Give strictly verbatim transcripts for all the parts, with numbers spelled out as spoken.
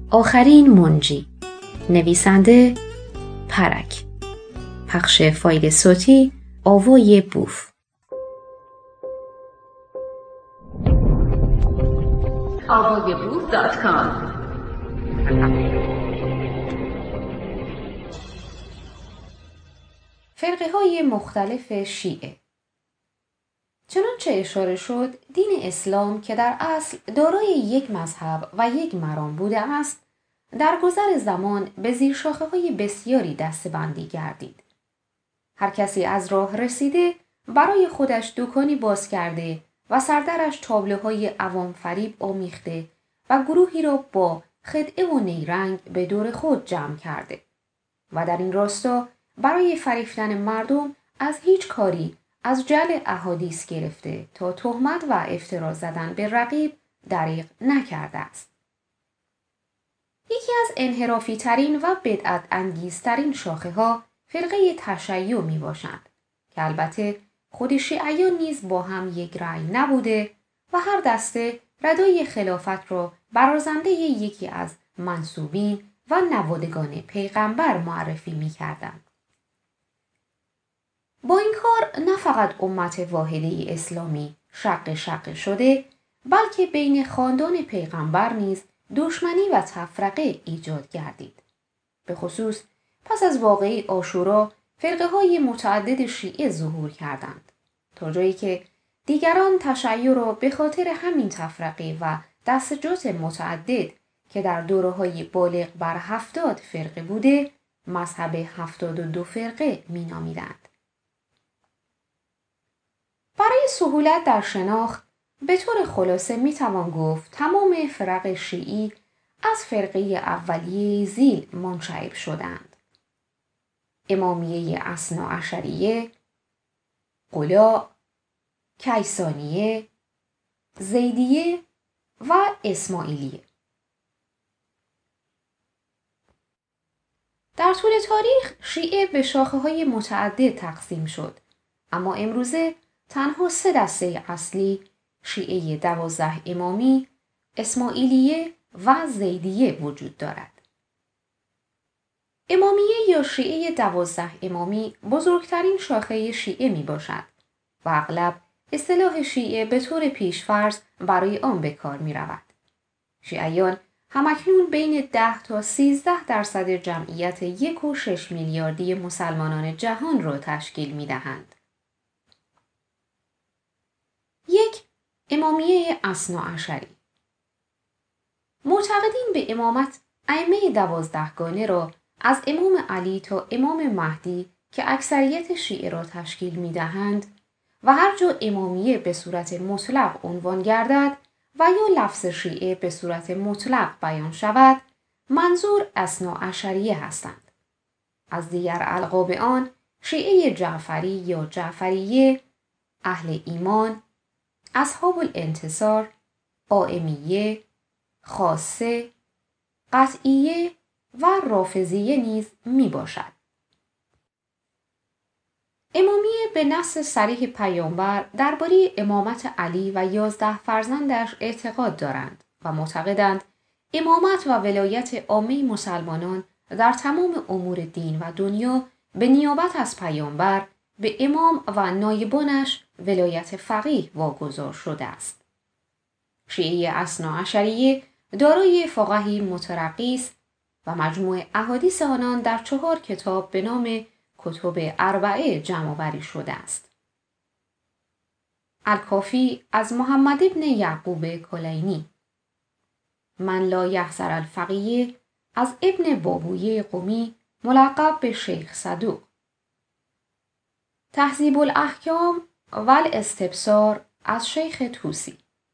آخرین منجی. نویسنده پرک. پخش فایل صوتی آوای بوف. آوای بوف دات کام. فرقه های مختلف شیعه. چنانچه اشاره شد، دین اسلام که در اصل دارای یک مذهب و یک مرام بوده است، در گذر زمان به زیر شاخه های بسیاری دسته‌بندی گردید. هر کسی از راه رسیده برای خودش دکانی باز کرده و سردرش تابلوهای عوام فریب آمیخته و گروهی را با خدعه و نیرنگ به دور خود جمع کرده و در این راستا برای فریفتن مردم از هیچ کاری از جعل احادیث گرفته تا تهمت و افترا زدن به رقیب دریغ نکرده است. یکی از انحرافی ترین و بدعت انگیز ترین شاخه ها فرقه تشیع می باشند که البته خود شیعیان نیز با هم یک رأی نبوده و هر دسته ردای خلافت را برازنده یکی از منسوبین و نوادگان پیغمبر معرفی می کردند. با این کار نه فقط امت واحده اسلامی شق شق شده، بلکه بین خاندان پیغمبر نیز دشمنی و تفرقه ایجاد گردید. به خصوص پس از واقعه عاشورا فرقه های متعدد شیعه ظهور کردند، تا جایی که دیگران تشیع را به خاطر همین تفرقه و دستجات متعدد که در دوره‌های بالغ بر هفتاد فرقه بوده، مذهب هفتاد و دو فرقه می نامیدند. برای سهولت در شناخت به طور خلاصه می توان گفت تمام فرق شیعی از فرقه اولیه ذیل منشعب شدند: امامیه اثناعشریه، قلاع، کیسانیه، زیدیه و اسماعیلیه. در طول تاریخ شیعه به شاخه‌های متعدد تقسیم شد، اما امروزه تنها سه دسته اصلی، شیعه دوازده امامی، اسماعیلیه و زیدیه وجود دارد. امامیه یا شیعه دوازده امامی بزرگترین شاخه شیعه می باشد و اغلب اصطلاح شیعه به طور پیشفرض برای آن به کار می رود. شیعیان همکنون بین ده تا سیزده درصد جمعیت یک و شش میلیاردی مسلمانان جهان را تشکیل می دهند. یک، امامیه اثناعشری. معتقدین به امامت ائمه دوازدهگانه را از امام علی تا امام مهدی که اکثریت شیعه را تشکیل می دهند و هر جا امامیه به صورت مطلق عنوان گردد و یا لفظ شیعه به صورت مطلق بیان شود، منظور اثناعشریه هستند. از دیگر القاب آن شیعه جعفری یا جعفریه، اهل ایمان، اصحاب الانتصار، قائمیه، خاصه، قطعیه و رافضیه نیز می باشد. امامیه به نص صریح پیامبر درباره امامت علی و یازده فرزندش اعتقاد دارند و معتقدند امامت و ولایت عامه مسلمانان در تمام امور دین و دنیا به نیابت از پیامبر به امام و نایبانش ولایت فقیه واگذار شده است. شیعه اثناعشریه دارای فقهی مترقی است و مجموع احادیث آنان در چهار کتاب به نام کتب اربعه جمع‌آوری شده است. الکافی از محمد ابن یعقوب کلینی، من لا یحذر الفقیه از ابن بابویه قمی ملقب به شیخ صدوق، تهذیب الاحکام و الاستبصار از شیخ طوسی.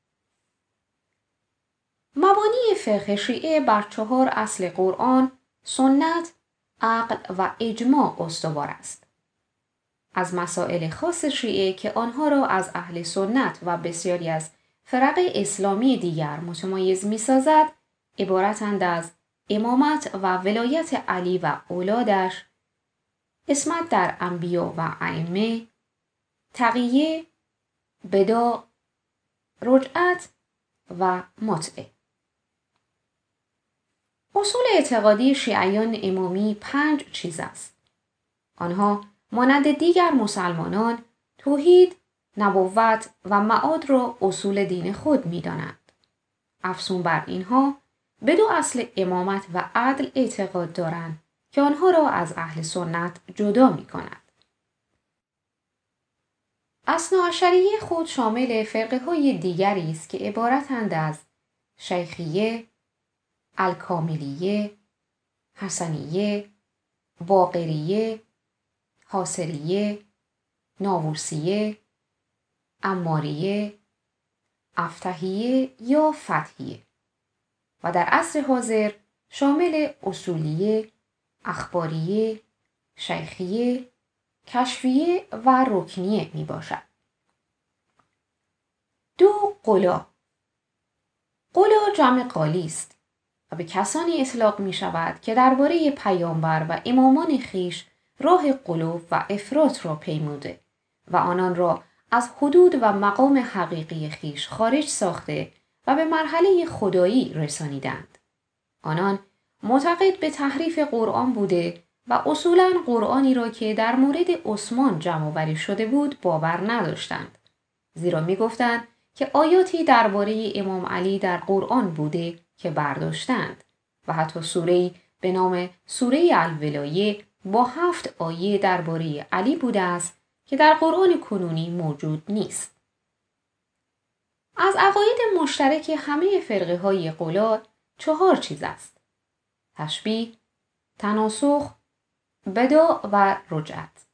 مبانی فقه شیعه بر چهار اصل قرآن، سنت، عقل و اجماع استوار است. از مسائل خاص شیعه که آنها را از اهل سنت و بسیاری از فرق اسلامی دیگر متمایز می سازد، عبارتند از امامت و ولایت علی و اولادش، اسمت در انبیا و ائمه، تقیه، بداع، رجعت و متعه. اصول اعتقادی شیعیان امامی پنج چیز است. آنها مانند دیگر مسلمانان توحید، نبوت و معاد را اصول دین خود می دانند. افزون بر اینها به دو اصل امامت و عدل اعتقاد دارند که آنها را از اهل سنت جدا می کند. اثناعشریه خود شامل فرقه های دیگری است که عبارتند از شیخیه، الکاملیه، حسنیه، باقریه، حاصریه، ناووسیه، عماریه، افتحیه یا فتحیه و در عصر حاضر شامل اصولیه، اخباریه، شیخیه، کشفیه و رکنیه می باشد. دو قلا. قلا جمع قالی است و به کسانی اطلاق می شود که درباره پیامبر و امامان خیش راه غلو و افراط را پیموده و آنان را از حدود و مقام حقیقی خیش خارج ساخته و به مرحله خدایی رسانیدند. آنان معتقد به تحریف قرآن بوده و اصولاً قرآنی را که در مورد عثمان جمع آوری شده بود باور نداشتند. زیرا می گفتند که آیاتی درباره امام علی در قرآن بوده که برداشتند و حتی سوره‌ای به نام سوره الولایه با هفت آیه درباره علی بوده است که در قرآن کنونی موجود نیست. از عقاید مشترک همه فرقه های قلا چهار چیز است: تشبیه، تناسخ، بداع و رجعت.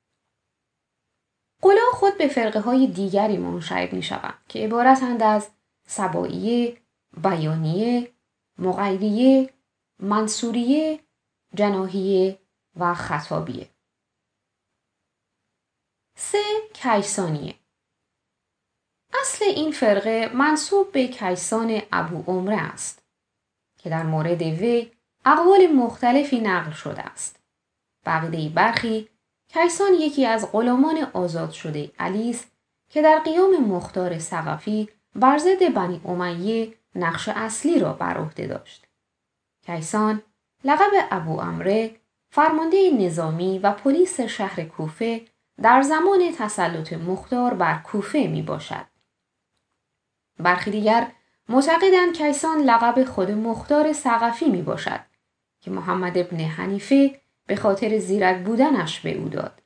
قلا خود به فرقه های دیگری منشعب می شوند که عبارتند از سبائیه، بیانیه، مغیریه، منصوریه، جناحیه و خطابیه. سه کیسانیه. اصل این فرقه منسوب به کیسان ابو عمره است که در مورد وی اقوال مختلفی نقل شده است. بقیده برخی کیسان یکی از غلامان آزاد شده علی است که در قیام مختار ثقفی بر ضد بنی امیه نقش اصلی را بر عهده داشت. کیسان لقب ابو عمره فرمانده نظامی و پلیس شهر کوفه در زمان تسلط مختار بر کوفه می باشد. برخی دیگر معتقدند کیسان لقب خود مختار ثقفی می باشد که محمد ابن حنیفه به خاطر زیرک بودنش به او داد.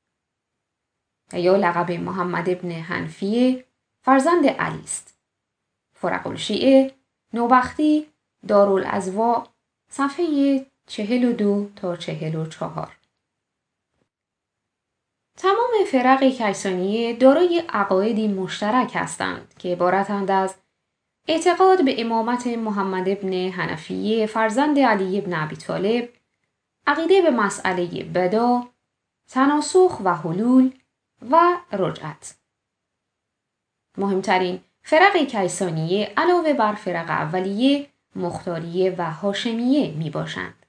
یا لقب محمد ابن حنفیه فرزند علی است. فرق الشیعه، نوبختی، دارالازواء، صفحه چهل و دو تا چهل و چهار. تمام فرق کیسانیه دارای عقایدی مشترک هستند که عبارتند از اعتقاد به امامت محمد ابن حنفیه فرزند علی ابن ابی طالب، عقیده به مسئله بداع، تناسخ و حلول و رجعت. مهمترین فرق کیسانیه علاوه بر فرق اولیه، مختاریه و هاشمیه می باشند.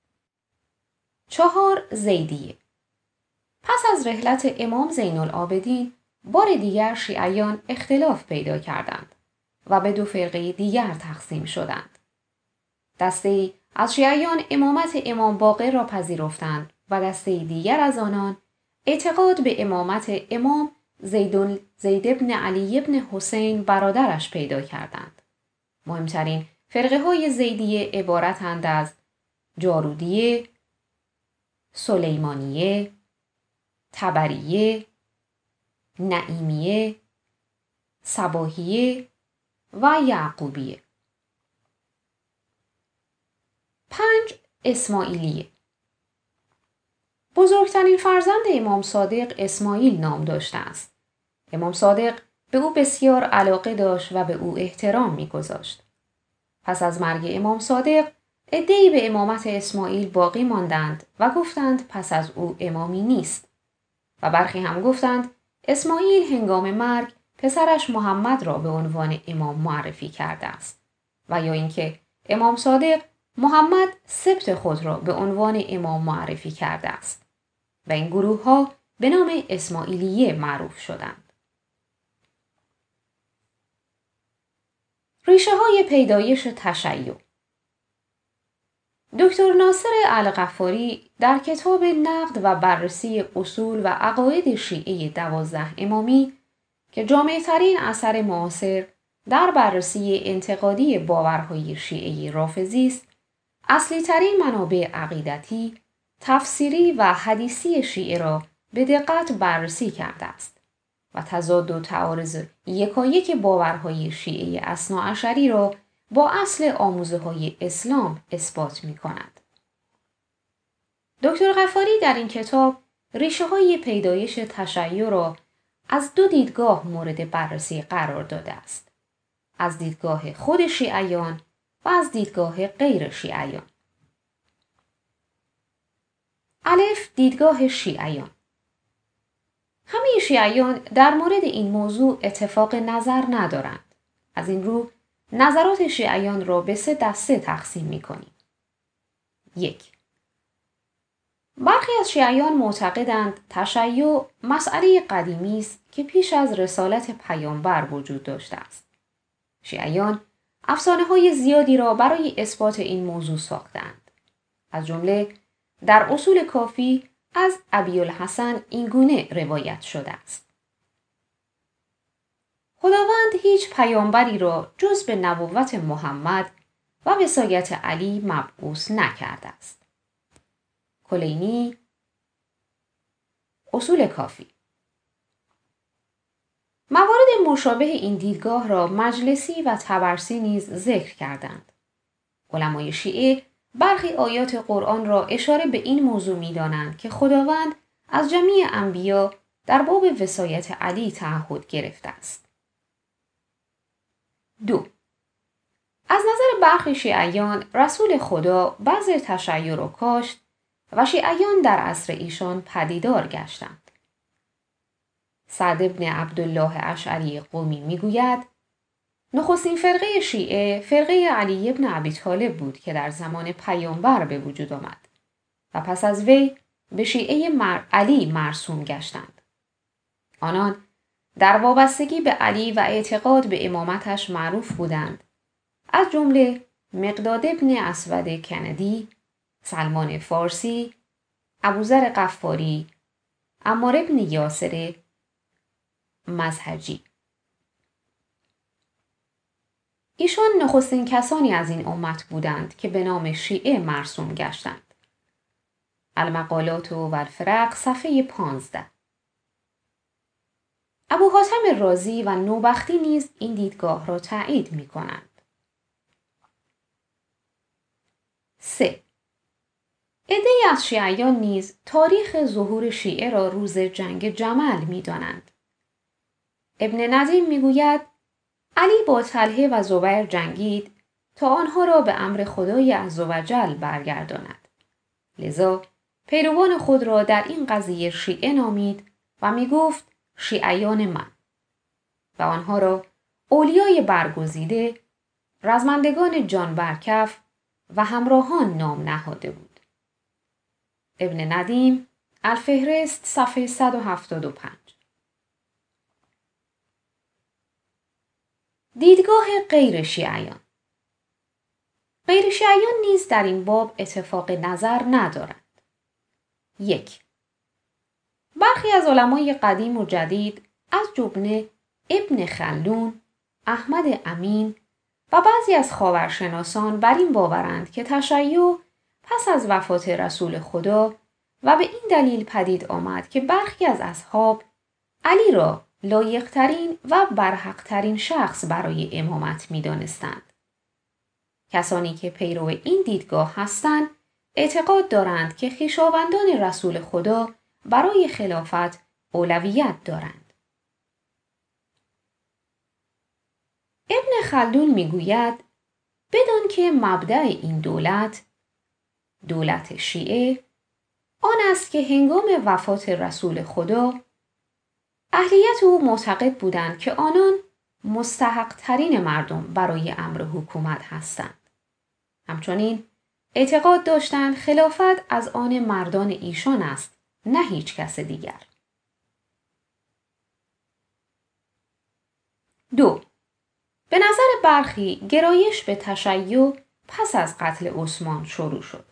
چهار زیدیه. پس از رحلت امام زین العابدین بار دیگر شیعیان اختلاف پیدا کردند و به دو فرقه دیگر تقسیم شدند. دسته از شیعیان امامت امام باقر را پذیرفتند و دسته دیگر از آنان اعتقاد به امامت امام زید زید ابن علی ابن حسین برادرش پیدا کردند. مهمترین فرقه های زیدیه عبارتند از جارودیه، سلیمانیه، تبریه، نعیمیه، صباحیه و یعقوبیه. پنج اسماعیلیه. بزرگترین فرزند امام صادق اسماعیل نام داشته است. امام صادق به او بسیار علاقه داشت و به او احترام می‌گذاشت. پس از مرگ امام صادق عده‌ای به امامت اسماعیل باقی ماندند و گفتند پس از او امامی نیست. و برخی هم گفتند اسماعیل هنگام مرگ پسرش محمد را به عنوان امام معرفی کرده است و یا اینکه امام صادق محمد سبط خود را به عنوان امام معرفی کرده است و این گروه ها به نام اسماعیلیه معروف شدند. ریشه های پیدایش تشیع. دکتر ناصر الغفاری در کتاب نقد و بررسی اصول و عقاید شیعه دوازده امامی که جامع‌ترین اثر معاصر در بررسی انتقادی باورهای شیعه رافضی است، اصلی ترین منابع عقیدتی، تفسیری و حدیثی شیعه را به دقت بررسی کرده است و تضاد و تعارض یکایک باورهای شیعه اثناعشری را با اصل آموزه‌های اسلام اثبات می کند. دکتر غفاری در این کتاب ریشه های پیدایش تشیع را از دو دیدگاه مورد بررسی قرار داده است. از دیدگاه خود شیعیان و از دیدگاه غیر شیعیان. الف، دیدگاه شیعیان. همه شیعیان در مورد این موضوع اتفاق نظر ندارند. از این رو نظرات شیعیان را به سه دسته تقسیم می کنیم. یک، برخی از شیعیان معتقدند تشیع مسئله قدیمی است که پیش از رسالت پیامبر وجود داشته است. شیعیان افسانه‌های زیادی را برای اثبات این موضوع ساختند. از جمله در اصول کافی از ابی‌الحسن این گونه روایت شده است: خداوند هیچ پیامبری را جز به نبوت محمد و وصایت علی مبعوث نکرده است. کلینی، اصول کافی. موارد مشابه این دیدگاه را مجلسی و طبرسی نیز ذکر کردند. علمای شیعه برخی آیات قرآن را اشاره به این موضوع می دانند که خداوند از جمیع انبیا در باب وصایت علی تعهد گرفته است. دو، از نظر برخی شیعیان رسول خدا بذر تشیع را کاشت و شیعیان در عصر ایشان پدیدار گشتند. سعد بن عبدالله اشعری قمی می گوید نخستین فرقه شیعه فرقه علی بن ابی طالب بود که در زمان پیامبر به وجود آمد و پس از وی به شیعه مر... علی مرسوم گشتند. آنان در وابستگی به علی و اعتقاد به امامتش معروف بودند، از جمله مقداد ابن اسود کندی، سلمان فارسی، ابوذر غفاری، عمار ابن یاسر مزهجی. ایشان نخستین کسانی از این امت بودند که به نام شیعه مرسوم گشتند. المقالات و الفرق صفحه پانزده. ابو حاتم رازی و نوبختی نیز این دیدگاه را تایید می کنند. سه، عده‌ای از شیعیان نیز تاریخ ظهور شیعه را روز جنگ جمل می دانند. ابن ندیم می گوید علی با طلحه و زبیر جنگید تا آنها را به امر خدای عزوجل برگرداند. لذا پیروان خود را در این قضیه شیعه نامید و می گفت شیعیان من و آنها را اولیای برگزیده، رزمندگان جان برکف و همراهان نام نهاده بود. ابن ندیم، الفهرست، صفحه صد و هفتاد و پنج. دیدگاه غیر شیعیان. غیر شیعیان نیز در این باب اتفاق نظر ندارند. یک، برخی از علمای قدیم و جدید از جمله ابن خلدون، احمد امین و بعضی از خاورشناسان بر این باورند که تشیع پس از وفات رسول خدا و به این دلیل پدید آمد که برخی از اصحاب علی را لایق‌ترین و برحق‌ترین شخص برای امامت می‌دانستند. کسانی که پیرو این دیدگاه هستند اعتقاد دارند که خویشاوندان رسول خدا برای خلافت اولویت دارند. ابن خلدون میگوید بدان که مبدأ این دولت، دولت شیعه، آن است که هنگام وفات رسول خدا اهلیت او معتقد بودند که آنان مستحق ترین مردم برای امر حکومت هستند. همچنین اعتقاد داشتند خلافت از آن مردان ایشان است، نه هیچ کس دیگر. دو، به نظر برخی گرایش به تشیع پس از قتل عثمان شروع شد.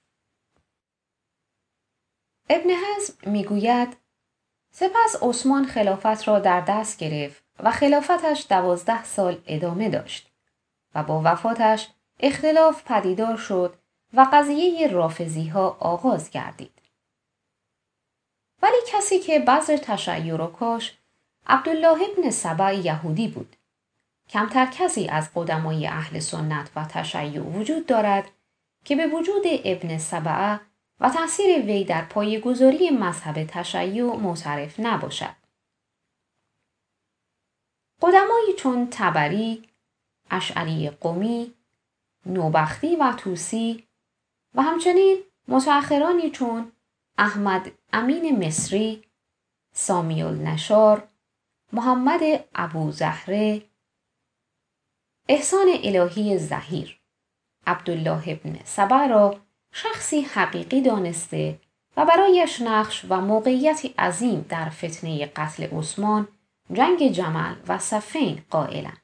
ابن حزم میگوید سپس عثمان خلافت را در دست گرفت و خلافتش دوازده سال ادامه داشت و با وفاتش اختلاف پدیدار شد و قضیه رافضی ها آغاز گردید. ولی کسی که بذر تشیع را کاشت عبدالله ابن سبع یهودی بود. کمتر کسی از قدمای اهل سنت و تشیع وجود دارد که به وجود ابن سبع و تأثیر وی در پایه‌گذاری مذهب تشیع معترف نباشد. قدمایی چون طبری، اشعری قمی، نوبختی و طوسی و همچنین متأخرانی چون احمد امین مصری، سامی النشار، محمد ابو زهره، احسان الهی ظهیر، عبدالله ابن سبع را شخصی حقیقی دانسته و برایش نقش و موقعیتی عظیم در فتنه قتل عثمان، جنگ جمل و صفین قائلند.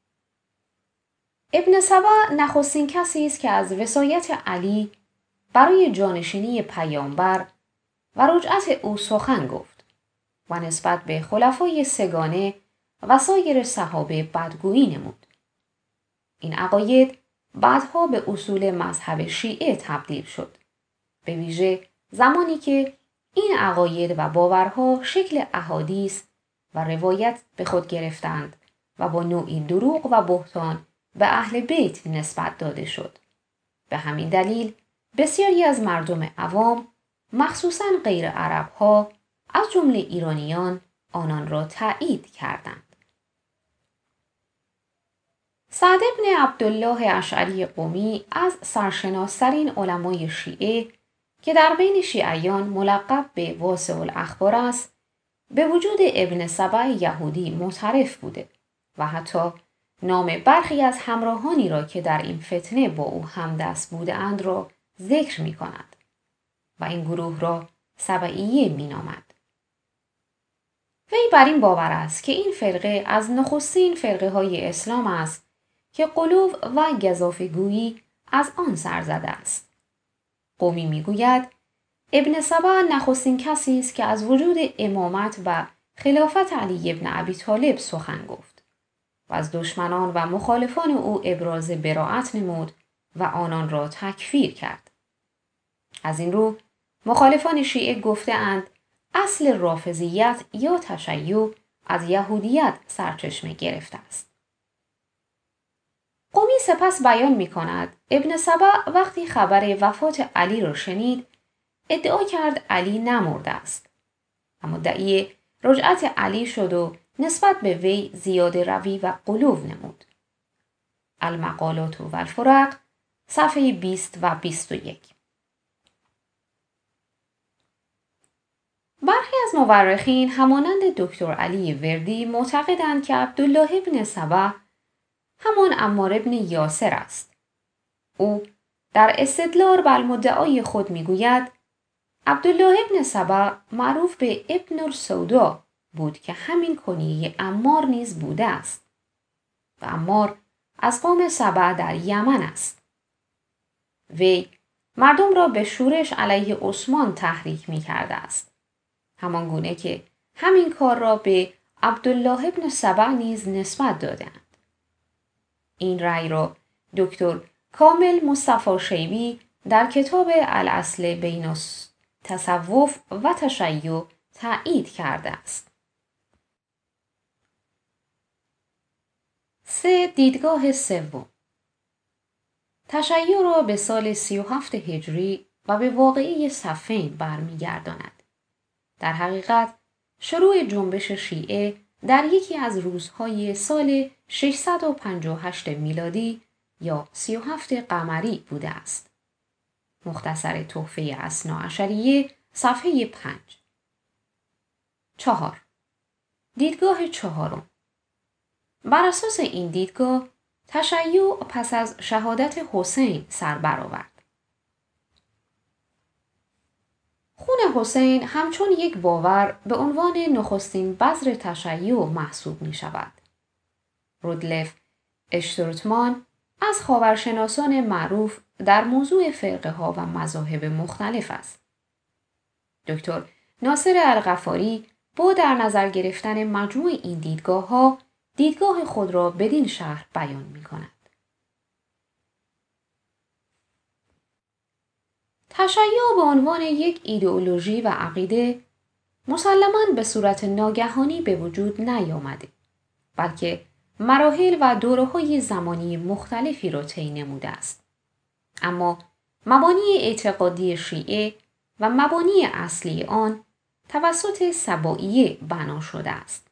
ابن سبع نخستین کسی است که از وصایت علی برای جانشینی پیامبر و رجعت او سخن گفت و نسبت به خلفای سگانه و سایر صحابه بدگویی نمود. این عقاید بعدها به اصول مذهب شیعه تبدیل شد، به ویژه زمانی که این عقاید و باورها شکل احادیث و روایت به خود گرفتند و با نوعی دروغ و بهتان به اهل بیت نسبت داده شد. به همین دلیل بسیاری از مردم عوام، مخصوصاً غیر عرب‌ها از جمله ایرانیان، آنان را تایید کردند. سعد بن عبدالله اشعری قمی از سرشناس‌ترین علمای شیعه که در بین شیعیان ملقب به واسع الاخبار است، به وجود ابن سبع یهودی معترف بوده و حتی نام برخی از همراهانی را که در این فتنه با او همدست بودند را ذکر می کند و این گروه را سبعیه می نامد. وی بر این باور است که این فرقه از نخستین فرقه های اسلام است که غلو و گزافه‌گویی از آن سر زده است. قمی می گوید ابن سبع نخستین کسی است که از وجود امامت و خلافت علی ابن ابی طالب سخن گفت و از دشمنان و مخالفان او ابراز براءت نمود و آنان را تکفیر کرد. از این رو مخالفان شیعه گفته اند اصل رافضیت یا تشیع از یهودیت سرچشمه گرفته است. قمی سپس بیان می کند ابن سبع وقتی خبر وفات علی را شنید ادعا کرد علی نمرده است و مدعی رجعت علی شد و نسبت به وی زیاده روی و غلو نمود. المقالات و الفرق صفحه بیست و بیست و یک. برخی از مورخین همانند دکتر علی وردی معتقدند که عبدالله ابن سبع همان عمار ابن یاسر است. او در استدلال بر مدعای خود میگوید عبدالله ابن سبع معروف به ابن السودا بود که همین کنیه عمار نیز بوده است و عمار از قوم سبع در یمن است. وی مردم را به شورش علیه عثمان تحریک می کرده است. همان گونه که همین کار را به عبدالله ابن سبع نیز نسبت دادند. این رأی را دکتر کامل مصطفی شیبی در کتاب الاصل بین تصوف و تشیع تأیید کرده است. سه دیدگاه سوم تشیع را به سال سی و هفت هجری و به واقعه صفین برمیگرداند. در حقیقت شروع جنبش شیعه در یکی از روزهای سال ششصد و پنجاه و هشت میلادی یا سی و هفت قمری بوده است. مختصر تحفه اثناعشریه صفحه پنج. چهار. دیدگاه چهارم. بر اساس این دیدگاه تشیع پس از شهادت حسین سر برآورد. خون حسین همچون یک باور به عنوان نخستین بذر تشیع محسوب می شود. رودلف اشتروتمان از خاورشناسان معروف در موضوع فرقه ها و مذاهب مختلف است. دکتر ناصر الغفاری با در نظر گرفتن مجموع این دیدگاه ها دیدگاه خود را بدین شرح بیان می کند. تشیع به عنوان یک ایدئولوژی و عقیده مسلماً به صورت ناگهانی به وجود نیامده، بلکه مراحل و دوره‌های زمانی مختلفی را طی نموده است. اما مبانی اعتقادی شیعه و مبانی اصلی آن توسط سبائیه بنا شده است.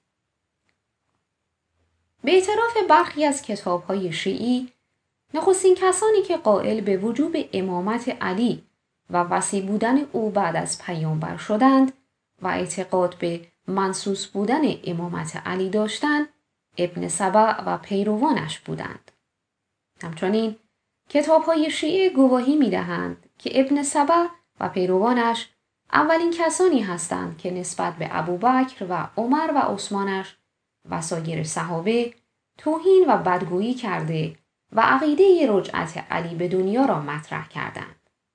به اعتراف برخی از کتاب‌های شیعی، نخستین کسانی که قائل به وجوب امامت علی و وصی بودن او بعد از پیامبر شدند و اعتقاد به منصوص بودن امامت علی داشتند، ابن سبع و پیروانش بودند. همچنین کتاب‌های شیعه گواهی می‌دهند که ابن سبع و پیروانش اولین کسانی هستند که نسبت به ابوبکر و عمر و عثمانش و سایر صحابه توهین و بدگویی کرده و عقیده رجعت علی به دنیا را مطرح کردند.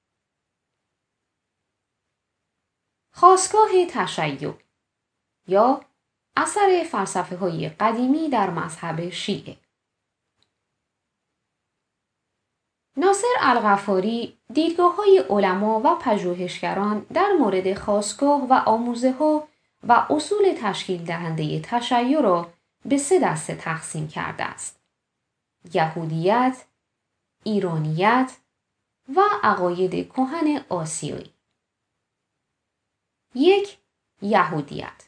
خاستگاه تشیع یا اثر فلسفه های قدیمی در مذهب شیعه. ناصر الغفاری دیدگاه های علما و پژوهشگران در مورد خاستگاه و آموزه ها و اصول تشکیل دهنده تشیع را به سه دسته تقسیم کرده است: یهودیت، ایرانیت و عقاید کهن آسیایی. یک، یهودیت.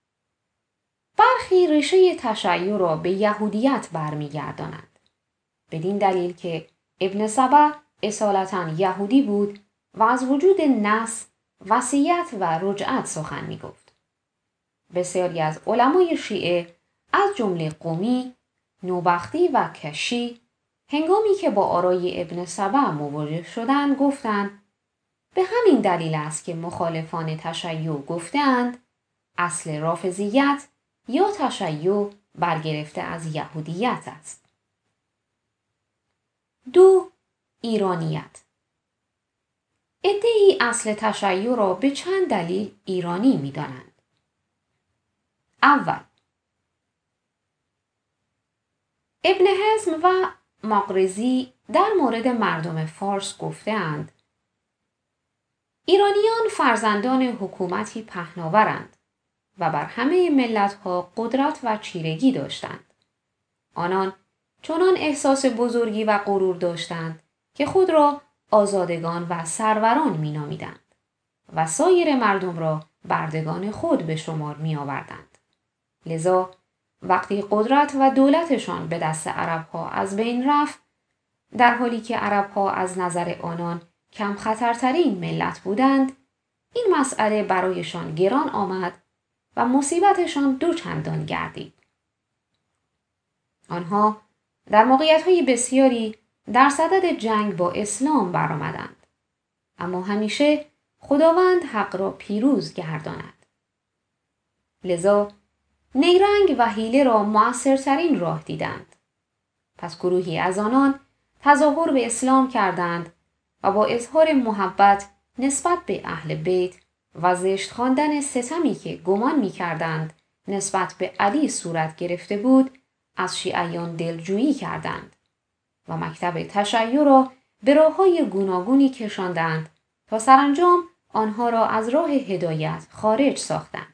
برخی ریشه تشیع را به یهودیت برمیگردانند، بدین دلیل که ابن سبع اصالتاً یهودی بود و از وجود نسل، وصیت و رجعت سخن می گفت. بسیاری از علمای شیعه از جمله قمی، نوبختی و کشی هنگامی که با آرای ابن سبع مواجه شدند گفتند به همین دلیل است که مخالفان تشیع گفتند اصل رافضیت یا تشیع برگرفته از یهودیت است. دو، ایرانیت. عده‌ای اصل تشیع را به چند دلیل ایرانی می دانند. اول، ابن حزم و مقرزی در مورد مردم فارس گفتند ایرانیان فرزندان حکومتی پهناورند و بر همه ملت‌ها قدرت و چیرگی داشتند. آنان چنان احساس بزرگی و غرور داشتند که خود را آزادگان و سروران می‌نامیدند و سایر مردم را بردگان خود به شمار می‌آوردند. لذا وقتی قدرت و دولتشان به دست عرب‌ها از بین رفت، در حالی که عرب‌ها از نظر آنان کم خطرترین ملت بودند، این مسئله برایشان گران آمد و مصیبتشان دو چندان گردید. آنها در موقعیت‌های بسیاری در صدد جنگ با اسلام برآمدند، اما همیشه خداوند حق را پیروز گرداند. لذا نیرنگ و حیله را مؤثرترین راه دیدند. پس گروهی از آنان تظاهر به اسلام کردند و با اظهار محبت نسبت به اهل بیت و زشت خواندن ستمی که گمان می کردند نسبت به علی صورت گرفته بود از شیعیان دلجویی کردند و مکتب تشیع را به راه‌های گوناگونی کشاندند تا سرانجام آنها را از راه هدایت خارج ساختند.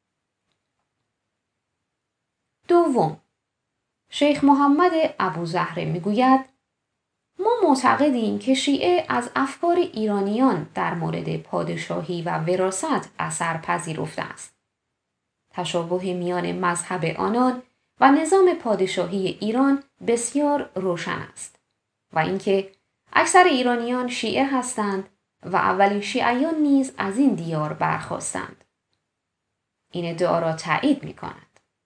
دوم، شیخ محمد ابوزهره میگوید ما معتقدیم که شیعه از افکار ایرانیان در مورد پادشاهی و وراثت اثر پذیرفته است. تشابه میان مذهب آنان و نظام پادشاهی ایران بسیار روشن است و اینکه اکثر ایرانیان شیعه هستند و اولین شیعیان نیز از این دیار برخاستند. این ادعا را تایید می‌کند.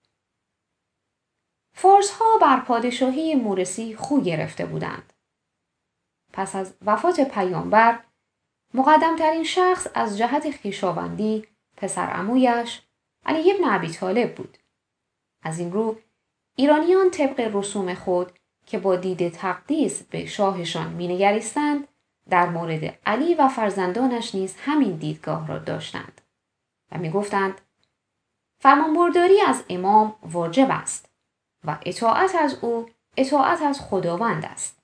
فارس‌ها بر پادشاهی موروثی خو گرفته بودند. پس از وفات پیامبر، مقدمترین شخص از جهت خویشاوندی پسر عمویش علی بن ابی طالب بود. از این رو ایرانیان طبق رسوم خود که با دید تقدیس به شاهشان مینگریستند در مورد علی و فرزندانش نیز همین دیدگاه را داشتند و میگفتند فرمانبرداری از امام واجب است و اطاعت از او اطاعت از خداوند است.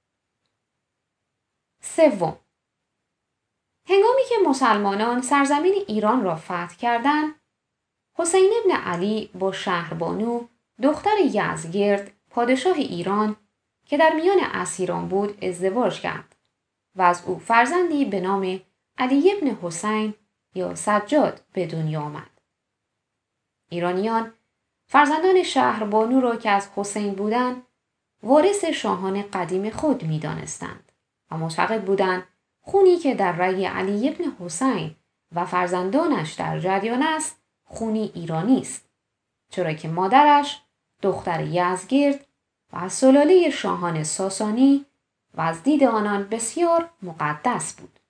سوم، هنگامی که مسلمانان سرزمین ایران را فتح کردند، حسین ابن علی با شهربانو دختر یزدگرد پادشاه ایران که در میان اسیران بود ازدواج کرد و از او فرزندی به نام علی ابن حسین یا سجاد به دنیا آمد. ایرانیان فرزندان شهربانو را که از حسین بودند وارث شاهان قدیم خود می دانستند و معتقد بودند خونی که در رگ علی ابن حسین و فرزندانش در جریان است خونی ایرانی است، چرا که مادرش دختر یزدگرد و از سلاله شاهان ساسانی و از دید آنان بسیار مقدس بود.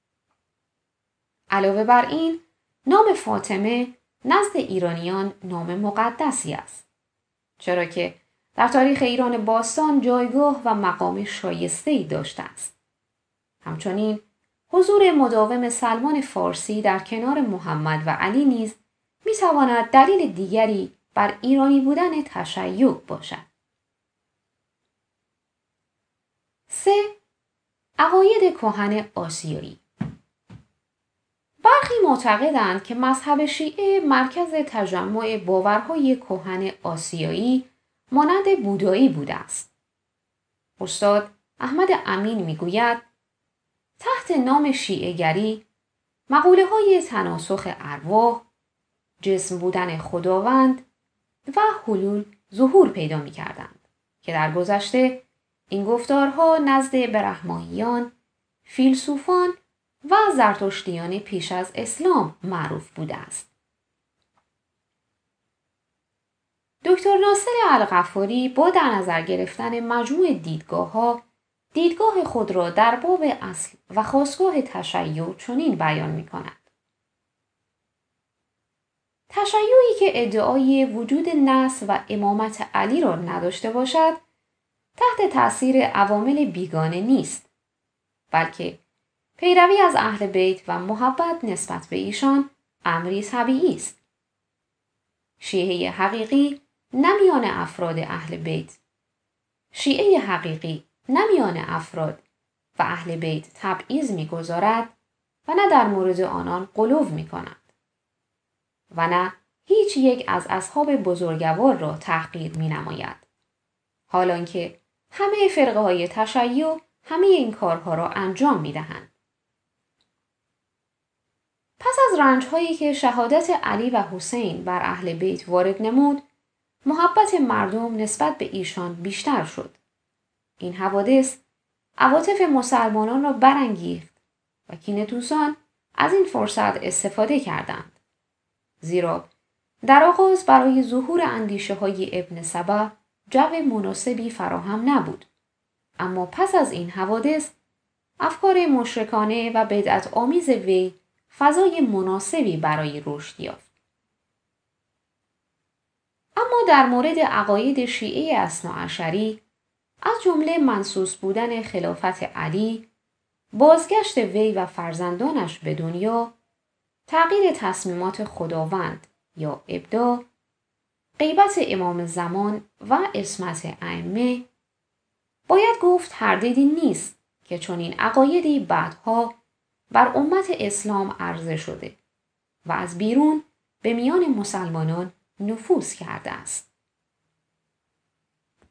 علاوه بر این نام فاطمه نزد ایرانیان نام مقدسی است، چرا که در تاریخ ایران باستان جایگاه و مقام شایسته‌ای داشته است. همچنین حضور مداوم سلمان فارسی در کنار محمد و علی نیز می‌تواند دلیل دیگری بر ایرانی بودن تشیع باشد. سه. عقاید کهن آسیایی. برخی معتقدند که مذهب شیعه مرکز تجمع باورهای کهن آسیایی مانند بودایی بوده است. استاد احمد امین میگوید تحت نام شیعه گری مقوله های تناسخ ارواح، جسم بودن خداوند و حلول ظهور پیدا می کردند که در گذشته این گفتارها نزد برهمانیان، فیلسوفان و زرتشتیان پیش از اسلام معروف بوده است. دکتر ناصر الغفاری با در نظر گرفتن مجموع دیدگاه‌ها دیدگاه خود را در باب اصل و خاستگاه تشیع چنین بیان می‌کند. تشیعی که ادعای وجود نص و امامت علی را نداشته باشد تحت تأثیر عوامل بیگانه نیست، بلکه پیروی از اهل بیت و محبت نسبت به ایشان امری طبیعی است. شیعه حقیقی نمیان افراد اهل بیت، شیعه حقیقی نمیان افراد و اهل بیت تبعیض می‌گذارد و نه در مورد آنان غلو می‌کند و نه هیچ یک از اصحاب بزرگوار را تحقیر می‌نماید، حالانکه همه فرقه های تشیع همه این کارها را انجام می‌دهند. پس از رنج‌هایی که شهادت علی و حسین بر اهل بیت وارد نمود، محبت مردم نسبت به ایشان بیشتر شد. این حوادث عواطف مسلمانان را برانگیخت و کینه‌توزان از این فرصت استفاده کردند. زیرا در آغاز برای ظهور اندیشه‌های ابن سبا جو مناسبی فراهم نبود، اما پس از این حوادث افکار مشرکانه و بدعت آمیز وی فضای مناسبی برای رشد یافت. اما در مورد عقاید شیعه اثناعشری از جمله منصوص بودن خلافت علی، بازگشت وی و فرزندانش به دنیا، تغییر تصمیمات خداوند یا ابداع، غیبت امام زمان و عصمت ائمه، باید گفت تردیدی نیست که چنین عقایدی بعدها بر امت اسلام عرضه شده و از بیرون به میان مسلمانان نفوذ کرده است.